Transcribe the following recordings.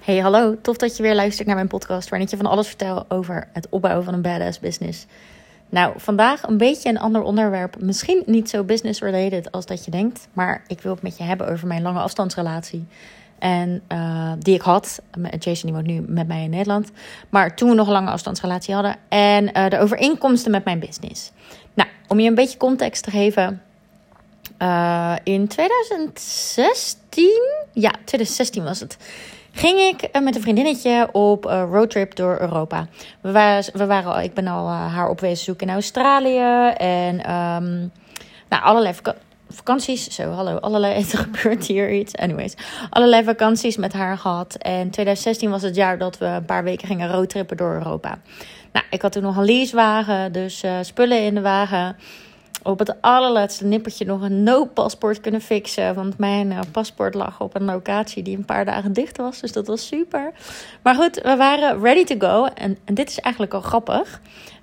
Hey, hallo. Tof dat je weer luistert naar mijn podcast waarin ik je van alles vertel over het opbouwen van een badass business. Nou, vandaag een beetje een ander onderwerp. Misschien niet zo business-related als dat je denkt. Maar ik wil het met je hebben over mijn lange afstandsrelatie. En die ik had. Jason die woont nu met mij in Nederland. Maar toen we nog een lange afstandsrelatie hadden. En de overeenkomsten met mijn business. Nou, om je een beetje context te geven. In 2016, ja, 2016 was het, ging ik met een vriendinnetje op roadtrip door Europa. Ik ben al haar op wezen zoeken in Australië. En allerlei vakanties. Er gebeurt hier iets. Anyways, allerlei vakanties met haar gehad. En 2016 was het jaar dat we een paar weken gingen roadtrippen door Europa. Nou, ik had toen nog een leasewagen, dus spullen in de wagen. Op het allerlaatste nippertje nog een no-paspoort kunnen fixen. Want mijn paspoort lag op een locatie die een paar dagen dicht was. Dus dat was super. Maar goed, we waren ready to go. En dit is eigenlijk al grappig.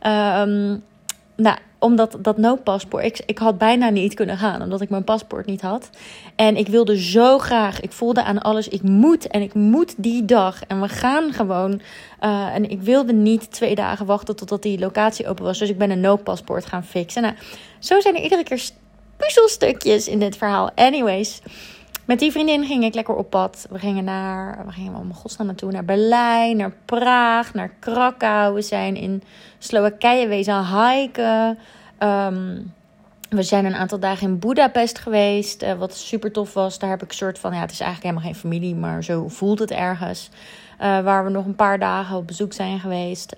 Omdat dat no-paspoort... Ik had bijna niet kunnen gaan, omdat ik mijn paspoort niet had. En ik wilde zo graag. Ik voelde aan alles, ik moet die dag. En we gaan gewoon. En ik wilde niet 2 dagen wachten totdat die locatie open was. Dus ik ben een no-paspoort gaan fixen. Nou, zo zijn er iedere keer puzzelstukjes in dit verhaal. Anyways, met die vriendin ging ik lekker op pad. We gingen allemaal godsnaam naartoe? Naar Berlijn, naar Praag, naar Krakau. We zijn in Slowakije wezen hiken. We zijn een aantal dagen in Budapest geweest. Wat super tof was. Daar heb ik een soort van... Ja, het is eigenlijk helemaal geen familie, maar zo voelt het ergens. Waar we nog een paar dagen op bezoek zijn geweest.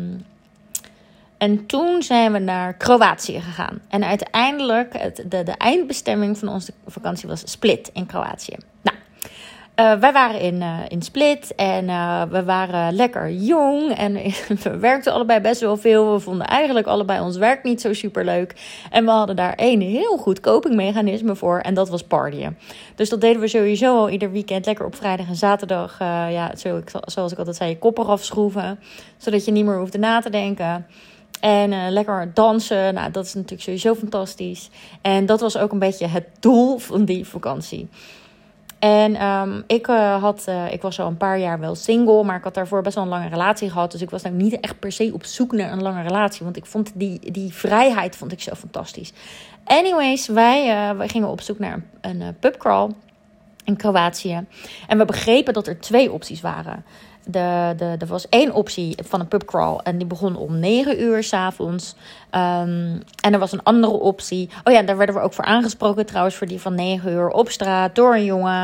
En toen zijn we naar Kroatië gegaan. En uiteindelijk, de eindbestemming van onze vakantie was Split in Kroatië. Nou, wij waren in Split en we waren lekker jong. En we werkten allebei best wel veel. We vonden eigenlijk allebei ons werk niet zo superleuk. En we hadden daar één heel goed copingmechanisme voor. En dat was partyen. Dus dat deden we sowieso al ieder weekend. Lekker op vrijdag en zaterdag. Zoals ik altijd zei, je kop eraf schroeven. Zodat je niet meer hoeft na te denken. En lekker dansen. Nou, dat is natuurlijk sowieso fantastisch. En dat was ook een beetje het doel van die vakantie. En ik was al een paar jaar wel single, maar ik had daarvoor best wel een lange relatie gehad. Dus ik was nou niet echt per se op zoek naar een lange relatie. Want ik vond die vrijheid vond ik zo fantastisch. Anyways, wij gingen op zoek naar een pubcrawl in Kroatië. En we begrepen dat er 2 opties waren. Er was 1 optie van een pubcrawl en die begon om 9 uur 's avonds. En er was een andere optie. Oh ja, daar werden we ook voor aangesproken trouwens, voor die van 9 uur op straat door een jongen.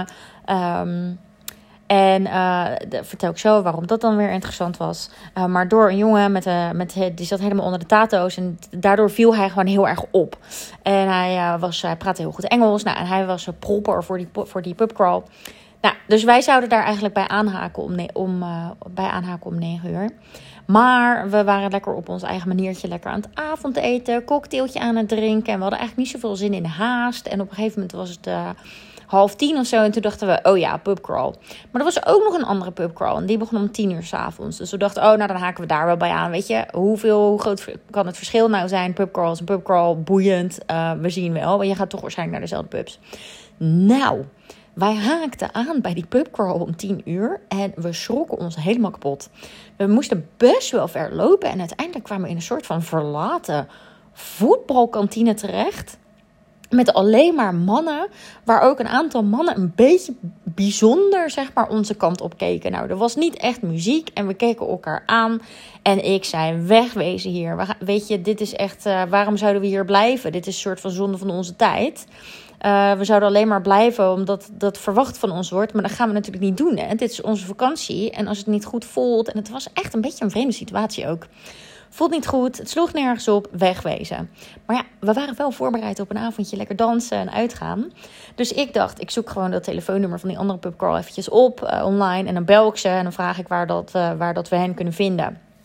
Vertel ik zo waarom dat dan weer interessant was. Maar door een jongen die zat helemaal onder de tato's. En daardoor viel hij gewoon heel erg op. En hij praatte heel goed Engels. Nou, en hij was een propper voor die pubcrawl. Nou, dus wij zouden daar eigenlijk bij aanhaken om 9 uur. Maar we waren lekker op ons eigen maniertje lekker aan het avondeten. Cocktailtje aan het drinken. En we hadden eigenlijk niet zoveel zin in de haast. En op een gegeven moment was het 9:30 of zo. En toen dachten we, oh ja, pubcrawl. Maar er was ook nog een andere pubcrawl. En die begon om 10 uur 's avonds. Dus we dachten, dan haken we daar wel bij aan. Weet je, hoe groot kan het verschil nou zijn? Pubcrawl is een pubcrawl, boeiend. We zien wel. Want je gaat toch waarschijnlijk naar dezelfde pubs. Nou, wij haakten aan bij die pubcrawl om 10 uur en we schrokken ons helemaal kapot. We moesten best wel ver lopen en uiteindelijk kwamen we in een soort van verlaten voetbalkantine terecht. Met alleen maar mannen, waar ook een aantal mannen een beetje bijzonder, zeg maar, onze kant op keken. Nou, er was niet echt muziek en we keken elkaar aan. En ik zei, wegwezen hier. Weet je, dit is echt, waarom zouden we hier blijven? Dit is een soort van zonde van onze tijd. We zouden alleen maar blijven omdat dat verwacht van ons wordt. Maar dat gaan we natuurlijk niet doen. Hè? Dit is onze vakantie. En als het niet goed voelt. En het was echt een beetje een vreemde situatie ook. Voelt niet goed. Het sloeg nergens op. Wegwezen. Maar ja, we waren wel voorbereid op een avondje lekker dansen en uitgaan. Dus ik dacht, ik zoek gewoon dat telefoonnummer van die andere pubcrawl eventjes op online. En dan bel ik ze en dan vraag ik waar dat we hen kunnen vinden.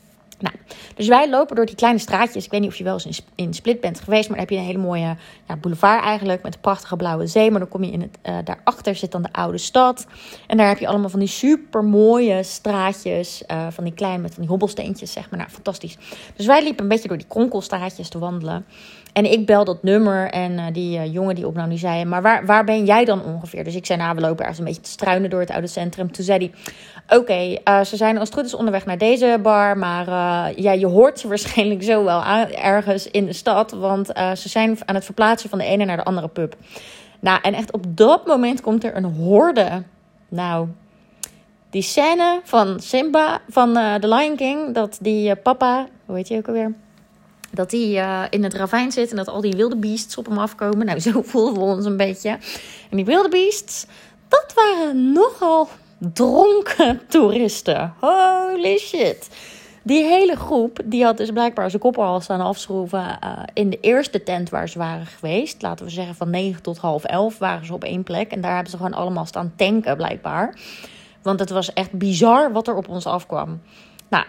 Nou, dus wij lopen door die kleine straatjes. Ik weet niet of je wel eens in Split bent geweest. Maar dan heb je een hele mooie boulevard eigenlijk. Met een prachtige blauwe zee. Maar dan kom je in daarachter zit dan de oude stad. En daar heb je allemaal van die super mooie straatjes. Van die kleine met van die hobbelsteentjes zeg maar. Nou, fantastisch. Dus wij liepen een beetje door die kronkelstraatjes te wandelen. En ik bel dat nummer en die jongen die opnam, die zei... Maar waar ben jij dan ongeveer? Dus ik zei, we lopen ergens een beetje te struinen door het oude centrum. Toen zei hij, oké, ze zijn als het goed is onderweg naar deze bar. Maar je hoort ze waarschijnlijk zo wel ergens in de stad. Want ze zijn aan het verplaatsen van de ene naar de andere pub. Nou, en echt op dat moment komt er een horde. Nou, die scène van Simba, van The Lion King. Dat die papa, hoe heet hij ook alweer... Dat hij in het ravijn zit en dat al die wilde beasts op hem afkomen. Nou, zo voelden we ons een beetje. En die wilde beasts, dat waren nogal dronken toeristen. Holy shit. Die hele groep, die had dus blijkbaar zijn koppen al staan afschroeven in de eerste tent waar ze waren geweest. Laten we zeggen van 9 tot 10:30 waren ze op één plek. En daar hebben ze gewoon allemaal staan tanken blijkbaar. Want het was echt bizar wat er op ons afkwam. Nou,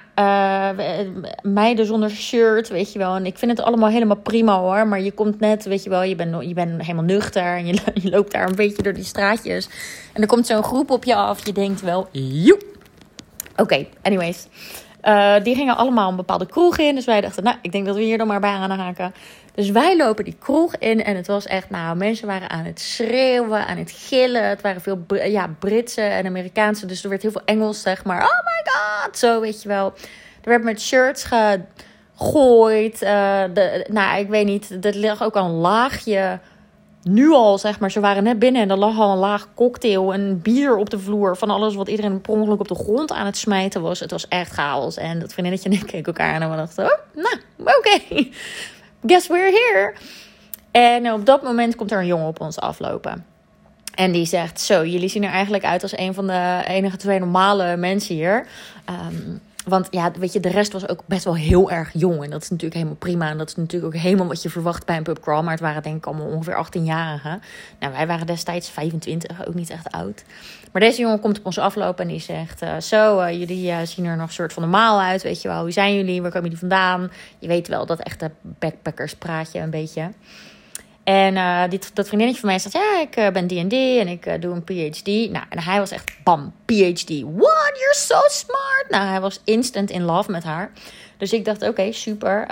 meiden zonder shirt, weet je wel. En ik vind het allemaal helemaal prima hoor. Maar je komt net, weet je wel, je bent helemaal nuchter. En je loopt daar een beetje door die straatjes. En er komt zo'n groep op je af. Je denkt wel, joep. Oké, anyways. Die gingen allemaal een bepaalde kroeg in. Dus wij dachten, ik denk dat we hier dan maar bij aan haken. Dus wij lopen die kroeg in. En het was echt, mensen waren aan het schreeuwen, aan het gillen. Het waren veel Britse en Amerikaanse. Dus er werd heel veel Engels, zeg maar. Oh my god, zo weet je wel. Er werd met shirts gegooid. Ik weet niet, er lag ook al een laagje... Nu al, zeg maar, ze waren net binnen en er lag al een laag cocktail en bier op de vloer van alles wat iedereen per ongeluk op de grond aan het smijten was. Het was echt chaos. En dat vriendinnetje en ik keken elkaar aan en we dachten, oké. Guess we're here. En op dat moment komt er een jongen op ons aflopen. En die zegt, zo, jullie zien er eigenlijk uit als een van de enige 2 normale mensen hier. Want weet je, de rest was ook best wel heel erg jong. En dat is natuurlijk helemaal prima. En dat is natuurlijk ook helemaal wat je verwacht bij een pubcrawl. Maar het waren denk ik allemaal ongeveer 18-jarigen. Nou, wij waren destijds 25, ook niet echt oud. Maar deze jongen komt op ons aflopen en die zegt... jullie zien er nog een soort van normaal uit, weet je wel. Wie zijn jullie? Waar komen jullie vandaan? Je weet wel, dat echte backpackers praatje een beetje... En dat vriendinnetje van mij zegt, ik ben D&D en ik doe een PhD. Nou, en hij was echt, bam, PhD. What? You're so smart. Nou, hij was instant in love met haar. Dus ik dacht, oké, super.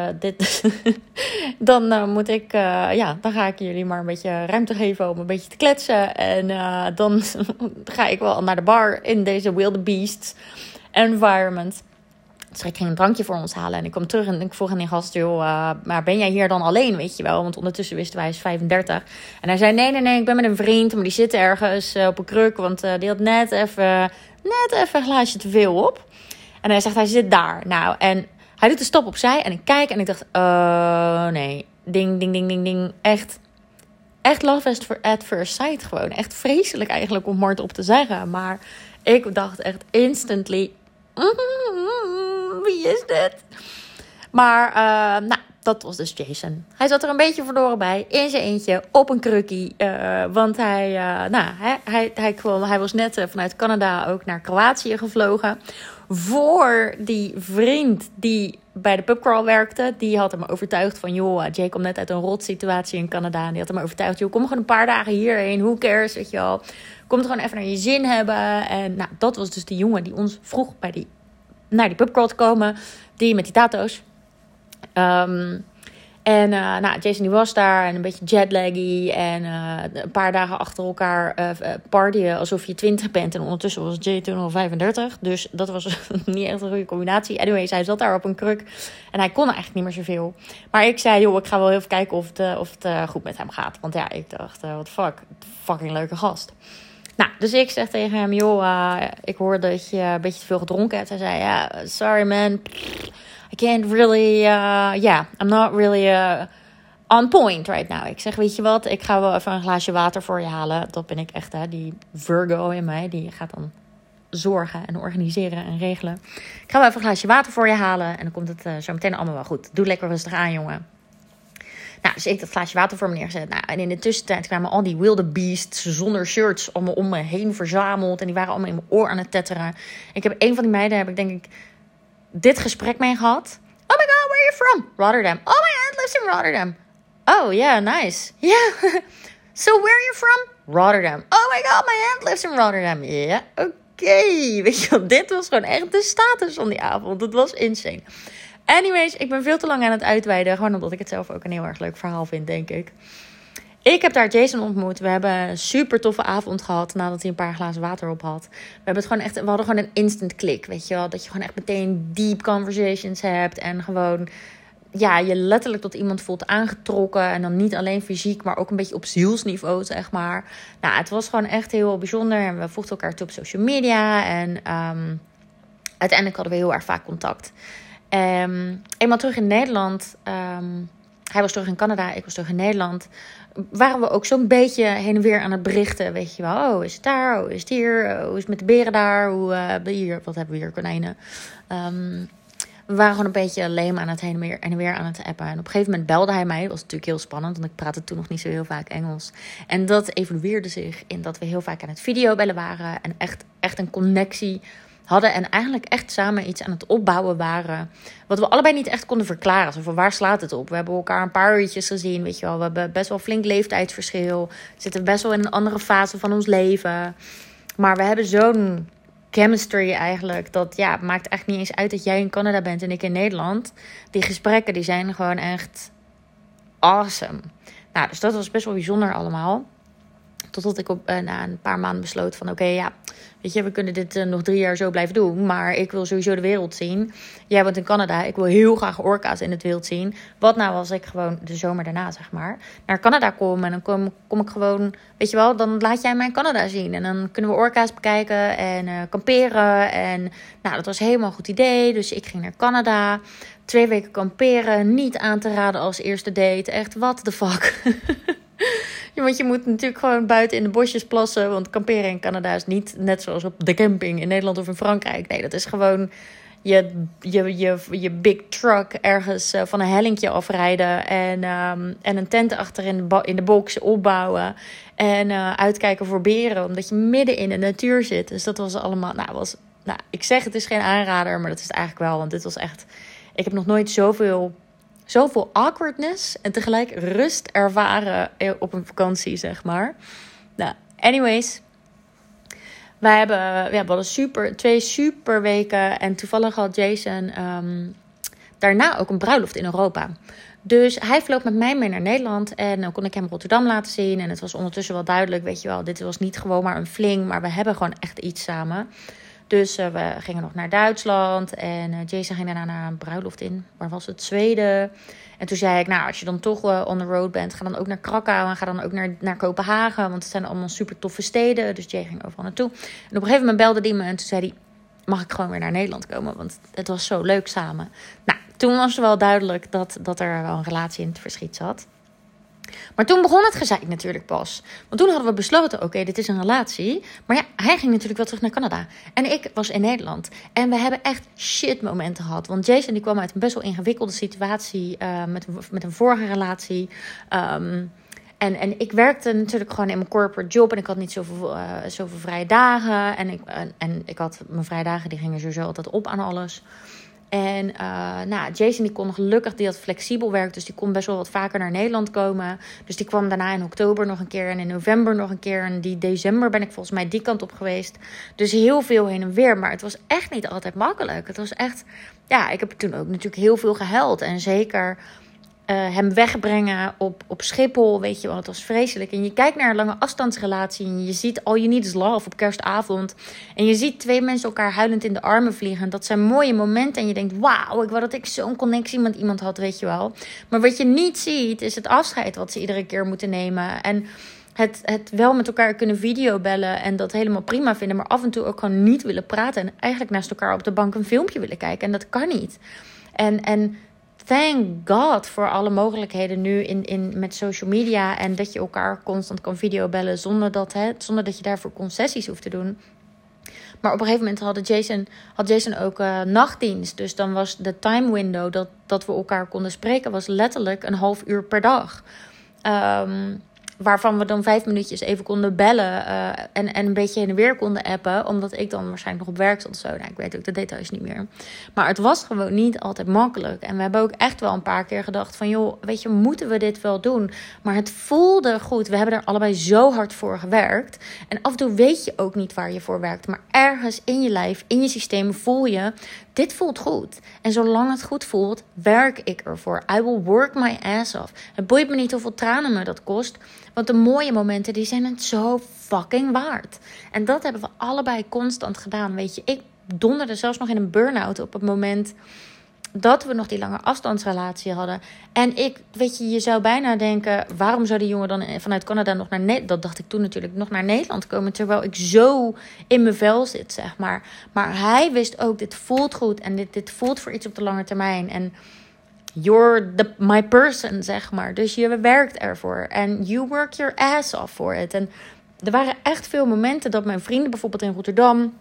Dan moet ik, dan ga ik jullie maar een beetje ruimte geven om een beetje te kletsen. En dan ga ik wel naar de bar in deze wilde beast environment. Dus ik ging een drankje voor ons halen en ik kwam terug en ik vroeg aan die gast, joh, maar ben jij hier dan alleen, weet je wel? Want ondertussen wisten wij, hij is 35. En hij zei, nee, ik ben met een vriend, maar die zit ergens op een kruk, want die had net even een glaasje te veel op. En hij zegt, hij zit daar. Nou, en hij doet een stap opzij en ik kijk en ik dacht, nee, ding, echt love at first sight gewoon. Echt vreselijk eigenlijk om hardop te zeggen, maar ik dacht echt instantly... Wie is dit? Maar dat was dus Jason. Hij zat er een beetje verloren bij. In zijn eentje. Op een krukkie. Want hij was net vanuit Canada ook naar Kroatië gevlogen. Voor die vriend die bij de pubcrawl werkte. Die had hem overtuigd van... joh, Jay komt net uit een rotsituatie in Canada. En die had hem overtuigd. Joh, kom gewoon een paar dagen hierheen. Who cares, weet je wel. Kom er gewoon even naar je zin hebben. En dat was dus die jongen die ons vroeg naar die pubcrawl te komen. Die met die tato's. Jason die was daar en een beetje jetlaggy. En een paar dagen achter elkaar partyen alsof je 20 bent. En ondertussen was Jay toen al 35. Dus dat was niet echt een goede combinatie. Anyways, hij zat daar op een kruk. En hij kon eigenlijk niet meer zoveel. Maar ik zei, joh, ik ga wel even kijken of het goed met hem gaat. Want ik dacht, what the fuck. Fucking leuke gast. Nou, dus ik zeg tegen hem, joh, ik hoor dat je een beetje te veel gedronken hebt. Hij zei, sorry man, I can't really, I'm not really on point right now. Ik zeg, weet je wat, ik ga wel even een glaasje water voor je halen. Dat ben ik echt, die Virgo in mij, die gaat dan zorgen en organiseren en regelen. Ik ga wel even een glaasje water voor je halen en dan komt het zo meteen allemaal wel goed. Doe lekker rustig aan, jongen. Nou, dus ik dat glaasje water voor me neergezet. Nou, en in de tussentijd kwamen al die wilde beasts zonder shirts allemaal om me heen verzameld. En die waren allemaal in mijn oor aan het tetteren. Ik heb een van die meiden, denk ik dit gesprek mee gehad. Oh my god, where are you from? Rotterdam. Oh, my aunt lives in Rotterdam. Oh, yeah, nice. Yeah. So where are you from? Rotterdam. Oh my god, my aunt lives in Rotterdam. Ja, oké. Weet je wel, dit was gewoon echt de status van die avond. Het was insane. Anyways, ik ben veel te lang aan het uitweiden. Gewoon omdat ik het zelf ook een heel erg leuk verhaal vind, denk ik. Ik heb daar Jason ontmoet. We hebben een super toffe avond gehad nadat hij een paar glazen water op had. We hadden gewoon een instant klik, weet je wel. Dat je gewoon echt meteen deep conversations hebt. En gewoon, ja, je letterlijk tot iemand voelt aangetrokken. En dan niet alleen fysiek, maar ook een beetje op zielsniveau, zeg maar. Nou, het was gewoon echt heel bijzonder. En we voegden elkaar toe op social media. En uiteindelijk hadden we heel erg vaak contact. Eenmaal terug in Nederland... hij was terug in Canada, ik was terug in Nederland. Waren we ook zo'n beetje heen en weer aan het berichten. Weet je wel, oh, is het daar? Oh, is het hier? Hoe is het met de beren daar? Hier? Wat hebben we hier? Konijnen. We waren gewoon een beetje leem aan het heen en weer aan het appen. En op een gegeven moment belde hij mij. Dat was natuurlijk heel spannend, want ik praatte toen nog niet zo heel vaak Engels. En dat evolueerde zich in dat we heel vaak aan het videobellen waren. En echt een connectie hadden en eigenlijk echt samen iets aan het opbouwen waren. Wat we allebei niet echt konden verklaren. Zo van, waar slaat het op? We hebben elkaar een paar uurtjes gezien, weet je wel. We hebben best wel flink leeftijdsverschil. We zitten best wel in een andere fase van ons leven. Maar we hebben zo'n chemistry eigenlijk. Dat ja, het maakt echt niet eens uit dat jij in Canada bent en ik in Nederland. Die gesprekken die zijn gewoon echt awesome. Nou, dus dat was best wel bijzonder allemaal. Totdat ik na een paar maanden besloot van oké, ja, weet je, we kunnen dit nog 3 jaar zo blijven doen. Maar ik wil sowieso de wereld zien. Jij woont in Canada. Ik wil heel graag orka's in het wild zien. Wat nou als ik gewoon de zomer daarna, zeg maar, naar Canada kom. En dan kom ik gewoon, weet je wel, dan laat jij mij in Canada zien. En dan kunnen we orka's bekijken en kamperen. En nou, dat was helemaal een goed idee. Dus ik ging naar Canada. 2 weken kamperen. Niet aan te raden als eerste date. Echt, what the fuck. Ja, want je moet natuurlijk gewoon buiten in de bosjes plassen. Want kamperen in Canada is niet net zoals op de camping in Nederland of in Frankrijk. Nee, dat is gewoon je big truck ergens van een hellinkje afrijden. En een tent achter in de box opbouwen. En uitkijken voor beren. Omdat je midden in de natuur zit. Dus dat was allemaal... Nou, ik zeg het is geen aanrader, maar dat is het eigenlijk wel. Want dit was echt... Ik heb nog nooit zoveel awkwardness en tegelijk rust ervaren op een vakantie, zeg maar. Nou, anyways. We hadden 2 super weken. En toevallig had Jason daarna ook een bruiloft in Europa. Dus hij vloog met mij mee naar Nederland. En dan kon ik hem Rotterdam laten zien. En het was ondertussen wel duidelijk, weet je wel. Dit was niet gewoon maar een fling, maar we hebben gewoon echt iets samen. Dus we gingen nog naar Duitsland. En Jason ging daarna naar een bruiloft in. Waar was het? Zweden. En toen zei ik, nou, als je dan toch on the road bent, ga dan ook naar Krakau. En ga dan ook naar Kopenhagen. Want het zijn allemaal super toffe steden. Dus Jay ging overal naartoe. En op een gegeven moment belde hij me. En toen zei hij, mag ik gewoon weer naar Nederland komen? Want het was zo leuk samen. Nou, toen was het wel duidelijk dat er wel een relatie in het verschiet zat. Maar toen begon het gezeik natuurlijk pas. Want toen hadden we besloten, oké, dit is een relatie. Maar ja, hij ging natuurlijk wel terug naar Canada. En ik was in Nederland. En we hebben echt shit momenten gehad. Want Jason die kwam uit een best wel ingewikkelde situatie met een vorige relatie. En ik werkte natuurlijk gewoon in mijn corporate job. En ik had niet zoveel vrije dagen. En ik had mijn vrije dagen, die gingen sowieso altijd op aan alles. En Jason die kon gelukkig, die had flexibel werk. Dus die kon best wel wat vaker naar Nederland komen. Dus die kwam daarna in oktober nog een keer. En in november nog een keer. En die december ben ik volgens mij die kant op geweest. Dus heel veel heen en weer. Maar het was echt niet altijd makkelijk. Het was echt... Ja, ik heb toen ook natuurlijk heel veel gehuild. En zeker... hem wegbrengen op Schiphol, weet je wel, het was vreselijk. En je kijkt naar een lange afstandsrelatie en je ziet All You Need Is Love op kerstavond. En je ziet 2 mensen elkaar huilend in de armen vliegen. Dat zijn mooie momenten en je denkt, wauw, ik wou dat ik zo'n connectie met iemand had, weet je wel. Maar wat je niet ziet, is het afscheid wat ze iedere keer moeten nemen. En het wel met elkaar kunnen videobellen en dat helemaal prima vinden, maar af en toe ook gewoon niet willen praten. En eigenlijk naast elkaar op de bank een filmpje willen kijken. En dat kan niet. En thank God voor alle mogelijkheden nu met social media. En dat je elkaar constant kan videobellen zonder dat je daarvoor concessies hoeft te doen. Maar op een gegeven moment had Jason ook nachtdienst. Dus dan was de time window dat we elkaar konden spreken was letterlijk een half uur per dag. waarvan we dan 5 minuutjes even konden bellen. En een beetje heen en weer konden appen. Omdat ik dan waarschijnlijk nog op werk zat of zo. Nou, ik weet ook de details niet meer. Maar het was gewoon niet altijd makkelijk. En we hebben ook echt wel een paar keer gedacht van... joh, weet je, moeten we dit wel doen? Maar het voelde goed. We hebben er allebei zo hard voor gewerkt. En af en toe weet je ook niet waar je voor werkt. Maar ergens in je lijf, in je systeem voel je... dit voelt goed. En zolang het goed voelt, werk ik ervoor. I will work my ass off. Het boeit me niet hoeveel tranen me dat kost. Want de mooie momenten, die zijn het zo fucking waard. En dat hebben we allebei constant gedaan. Weet je, ik donderde zelfs nog in een burn-out op het moment... dat we nog die lange afstandsrelatie hadden. En je zou bijna denken... waarom zou die jongen dan vanuit Canada nog naar Nederland... dat dacht ik toen natuurlijk, nog naar Nederland komen... terwijl ik zo in mijn vel zit, zeg maar. Maar hij wist ook, dit voelt goed... en dit voelt voor iets op de lange termijn. En you're my person, zeg maar. Dus je werkt ervoor. En you work your ass off for it. En er waren echt veel momenten dat mijn vrienden... bijvoorbeeld in Rotterdam...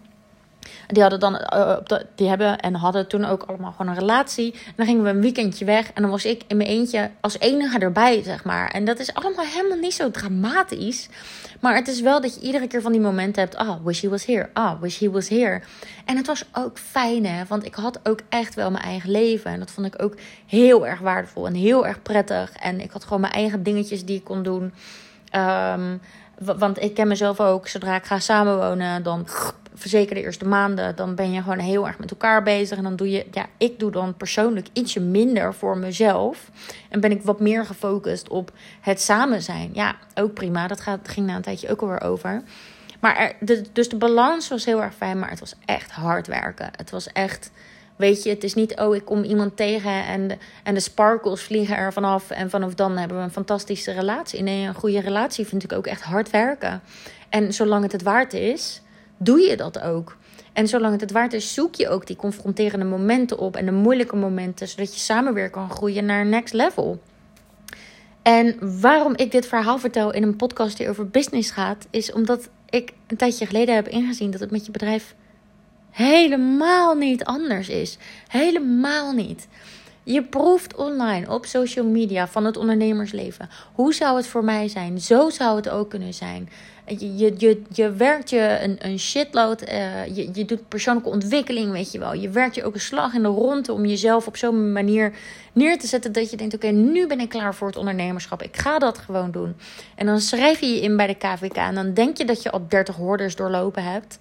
Die hadden toen ook allemaal gewoon een relatie. En dan gingen we een weekendje weg. En dan was ik in mijn eentje als enige erbij, zeg maar. En dat is allemaal helemaal niet zo dramatisch. Maar het is wel dat je iedere keer van die momenten hebt. Wish he was here. Wish he was here. En het was ook fijn, hè. Want ik had ook echt wel mijn eigen leven. En dat vond ik ook heel erg waardevol. En heel erg prettig. En ik had gewoon mijn eigen dingetjes die ik kon doen. Want ik ken mezelf ook. Zodra ik ga samenwonen, dan... Zeker de eerste maanden, dan ben je gewoon heel erg met elkaar bezig. En dan ik doe dan persoonlijk ietsje minder voor mezelf. En ben ik wat meer gefocust op het samen zijn. Ja, ook prima. Dat ging na een tijdje ook alweer over. Maar dus de balans was heel erg fijn, maar het was echt hard werken. Het was echt, weet je, het is niet, ik kom iemand tegen en de sparkles vliegen er vanaf. En vanaf dan hebben we een fantastische relatie. Nee, een goede relatie vind ik ook echt hard werken. En zolang het waard is... doe je dat ook. En zolang het waard is, zoek je ook die confronterende momenten op... en de moeilijke momenten, zodat je samen weer kan groeien naar next level. En waarom ik dit verhaal vertel in een podcast die over business gaat... is omdat ik een tijdje geleden heb ingezien dat het met je bedrijf helemaal niet anders is. Helemaal niet. Je proeft online op social media van het ondernemersleven. Hoe zou het voor mij zijn? Zo zou het ook kunnen zijn. Je werkt je een shitload. Je doet persoonlijke ontwikkeling, weet je wel. Je werkt je ook een slag in de ronde om jezelf op zo'n manier neer te zetten... dat je denkt, oké, nu ben ik klaar voor het ondernemerschap. Ik ga dat gewoon doen. En dan schrijf je je in bij de KVK. En dan denk je dat je al 30 hordes doorlopen hebt.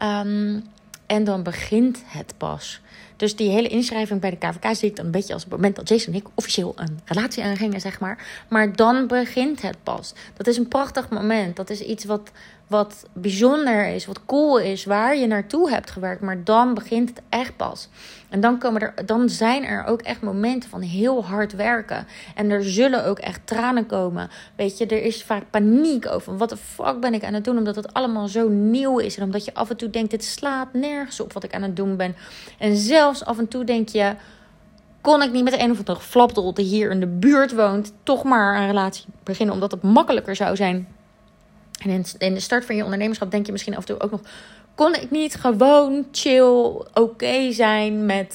En dan begint het pas. Dus die hele inschrijving bij de KVK zie ik dan een beetje als het moment dat Jason en ik officieel een relatie aangingen, zeg maar. Maar dan begint het pas. Dat is een prachtig moment. Dat is iets wat bijzonder is, wat cool is, waar je naartoe hebt gewerkt. Maar dan begint het echt pas. En dan zijn er ook echt momenten van heel hard werken. En er zullen ook echt tranen komen. Weet je, er is vaak paniek over. Wat de fuck ben ik aan het doen? Omdat het allemaal zo nieuw is. En omdat je af en toe denkt, dit slaat nergens op wat ik aan het doen ben. En zelfs af en toe denk je, kon ik niet met een of andere flapdrol die hier in de buurt woont toch maar een relatie beginnen, omdat het makkelijker zou zijn. En in de start van je ondernemerschap denk je misschien af en toe ook nog, kon ik niet gewoon chill, oké zijn met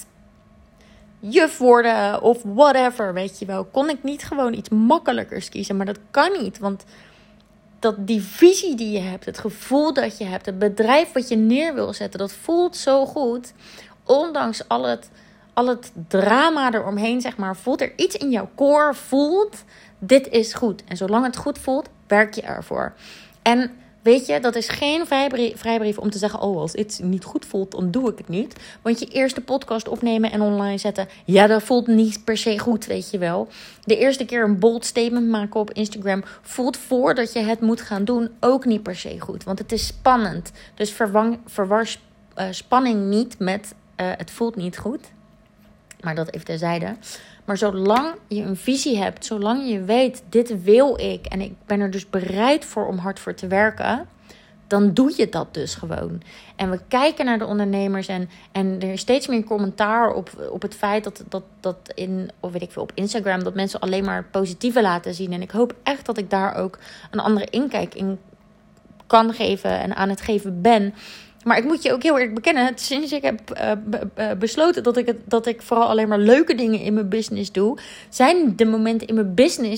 juf worden of whatever, weet je wel. Kon ik niet gewoon iets makkelijkers kiezen, maar dat kan niet, want die visie die je hebt, het gevoel dat je hebt, het bedrijf wat je neer wil zetten, dat voelt zo goed. Ondanks al het drama eromheen, zeg maar, voelt er iets in jouw core, dit is goed. En zolang het goed voelt, werk je ervoor. En weet je, dat is geen vrijbrief om te zeggen, als iets niet goed voelt, dan doe ik het niet. Want je eerste podcast opnemen en online zetten, ja, dat voelt niet per se goed, weet je wel. De eerste keer een bold statement maken op Instagram voelt voordat je het moet gaan doen ook niet per se goed. Want het is spannend. Dus verwar spanning niet met het voelt niet goed. Maar dat even terzijde. Maar zolang je een visie hebt, zolang je weet, dit wil ik en ik ben er dus bereid voor om hard voor te werken, dan doe je dat dus gewoon. En we kijken naar de ondernemers en er is steeds meer commentaar op het feit dat op Instagram, dat mensen alleen maar het positieve laten zien. En ik hoop echt dat ik daar ook een andere inkijk in kan geven en aan het geven ben. Maar ik moet je ook heel eerlijk bekennen, sinds ik heb besloten dat ik vooral alleen maar leuke dingen in mijn business doe, zijn de momenten in mijn business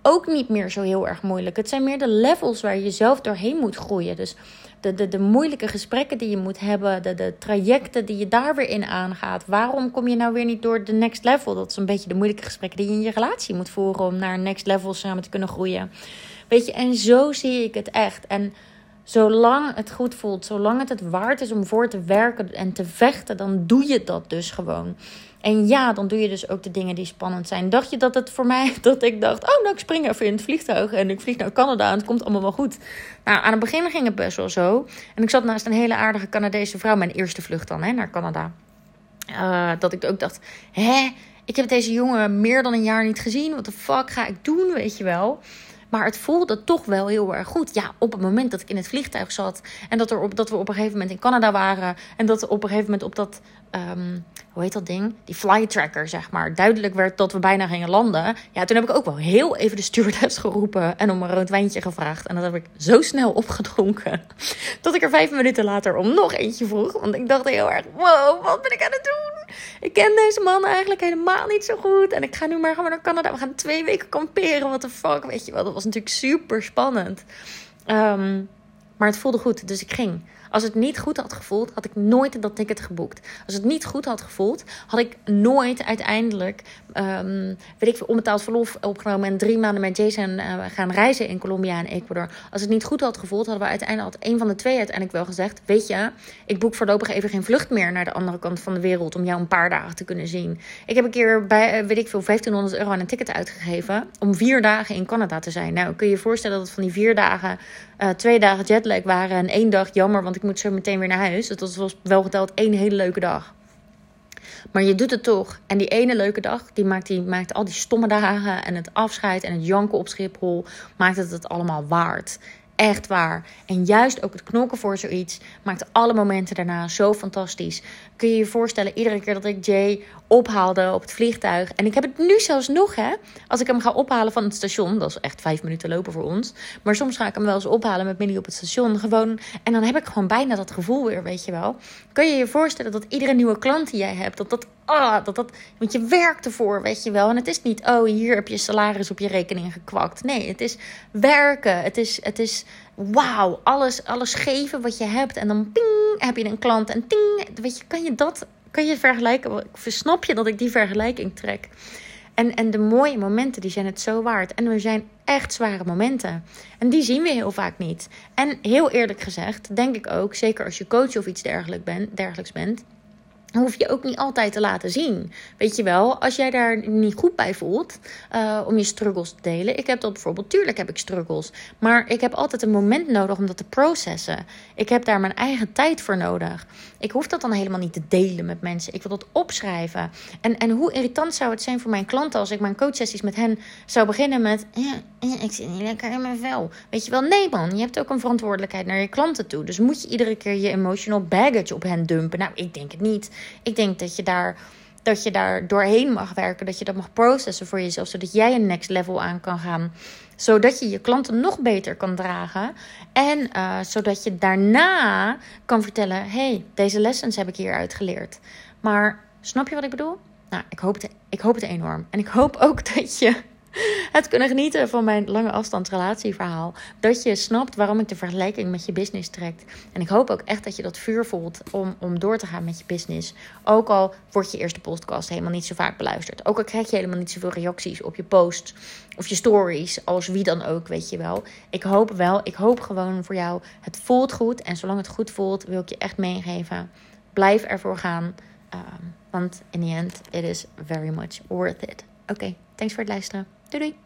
ook niet meer zo heel erg moeilijk. Het zijn meer de levels waar je zelf doorheen moet groeien. Dus de moeilijke gesprekken die je moet hebben, de trajecten die je daar weer in aangaat. Waarom kom je nou weer niet door de next level? Dat is een beetje de moeilijke gesprekken die je in je relatie moet voeren om naar next level samen te kunnen groeien. Weet je, en zo zie ik het echt. En zolang het goed voelt, zolang het waard is om voor te werken en te vechten, dan doe je dat dus gewoon. En ja, dan doe je dus ook de dingen die spannend zijn. Dacht je dat het voor mij, dat ik dacht, oh nou ik spring even in het vliegtuig en ik vlieg naar Canada en het komt allemaal wel goed. Nou, aan het begin ging het best wel zo. En ik zat naast een hele aardige Canadese vrouw, mijn eerste vlucht dan naar Canada. Dat ik ook dacht, ik heb deze jongen meer dan een jaar niet gezien. Wat de fuck ga ik doen, weet je wel? Maar het voelde toch wel heel erg goed. Ja, op het moment dat ik in het vliegtuig zat. En dat we op een gegeven moment in Canada waren. En dat op een gegeven moment op dat, hoe heet dat ding? Die flight tracker, zeg maar. Duidelijk werd dat we bijna gingen landen. Ja, toen heb ik ook wel heel even de stewardess geroepen. En om een rood wijntje gevraagd. En dat heb ik zo snel opgedronken. Dat ik er 5 minuten later om nog eentje vroeg. Want ik dacht heel erg, wow, wat ben ik aan het doen? Ik ken deze man eigenlijk helemaal niet zo goed. En ik ga nu maar gewoon naar Canada. We gaan 2 weken kamperen. What the fuck, weet je wel. Dat was natuurlijk super spannend. Maar het voelde goed, dus ik ging. Als het niet goed had gevoeld, had ik nooit dat ticket geboekt. Als het niet goed had gevoeld, had ik nooit uiteindelijk, onbetaald verlof opgenomen en 3 maanden met Jason gaan reizen in Colombia en Ecuador. Als het niet goed had gevoeld, hadden we uiteindelijk, had een van de twee uiteindelijk wel gezegd, weet je, ik boek voorlopig even geen vlucht meer naar de andere kant van de wereld om jou een paar dagen te kunnen zien. Ik heb een keer bij, €1500 aan een ticket uitgegeven om 4 dagen in Canada te zijn. Nou, kun je je voorstellen dat het van die 4 dagen 2 dagen jetlag waren en 1 dag jammer, want ik moet zo meteen weer naar huis. Dus dat was wel geteld 1 hele leuke dag. Maar je doet het toch. En die ene leuke dag, die maakt al die stomme dagen en het afscheid en het janken op Schiphol, maakt het allemaal waard. Echt waar. En juist ook het knokken voor zoiets maakt alle momenten daarna zo fantastisch. Kun je je voorstellen, iedere keer dat ik Jay ophaalde op het vliegtuig. En ik heb het nu zelfs nog, als ik hem ga ophalen van het station. Dat is echt 5 minuten lopen voor ons. Maar soms ga ik hem wel eens ophalen met Millie op het station. Gewoon. En dan heb ik gewoon bijna dat gevoel weer, weet je wel. Kun je je voorstellen dat iedere nieuwe klant die jij hebt, want je werkt ervoor, weet je wel. En het is niet, hier heb je salaris op je rekening gekwakt. Nee, het is werken. Het is wauw, alles geven wat je hebt. En dan ping, heb je een klant. En ting, weet je, kan je vergelijken? Snap je dat ik die vergelijking trek? En de mooie momenten, die zijn het zo waard. En er zijn echt zware momenten. En die zien we heel vaak niet. En heel eerlijk gezegd, denk ik ook, zeker als je coach of iets dergelijks bent, hoef je ook niet altijd te laten zien. Weet je wel, als jij daar niet goed bij voelt om je struggles te delen. Ik heb dat bijvoorbeeld, tuurlijk heb ik struggles. Maar ik heb altijd een moment nodig om dat te processen. Ik heb daar mijn eigen tijd voor nodig. Ik hoef dat dan helemaal niet te delen met mensen. Ik wil dat opschrijven. En hoe irritant zou het zijn voor mijn klanten als ik mijn coachsessies met hen zou beginnen met, ik zit niet lekker in mijn vel. Weet je wel, nee man, je hebt ook een verantwoordelijkheid naar je klanten toe. Dus moet je iedere keer je emotional baggage op hen dumpen? Nou, ik denk het niet. Ik denk dat je daar doorheen mag werken. Dat je dat mag processen voor jezelf. Zodat jij een next level aan kan gaan. Zodat je je klanten nog beter kan dragen. En zodat je daarna kan vertellen, hey, deze lessons heb ik hieruit geleerd. Maar snap je wat ik bedoel? Nou, ik hoop het enorm. En ik hoop ook dat je het kunnen genieten van mijn lange afstandsrelatieverhaal. Dat je snapt waarom ik de vergelijking met je business trek. En ik hoop ook echt dat je dat vuur voelt om door te gaan met je business. Ook al wordt je eerste podcast helemaal niet zo vaak beluisterd. Ook al krijg je helemaal niet zoveel reacties op je posts of je stories. Als wie dan ook, weet je wel. Ik hoop gewoon voor jou. Het voelt goed. En zolang het goed voelt, wil ik je echt meegeven. Blijf ervoor gaan. Want in the end, it is very much worth it. Oké, thanks voor het luisteren. Doei doei.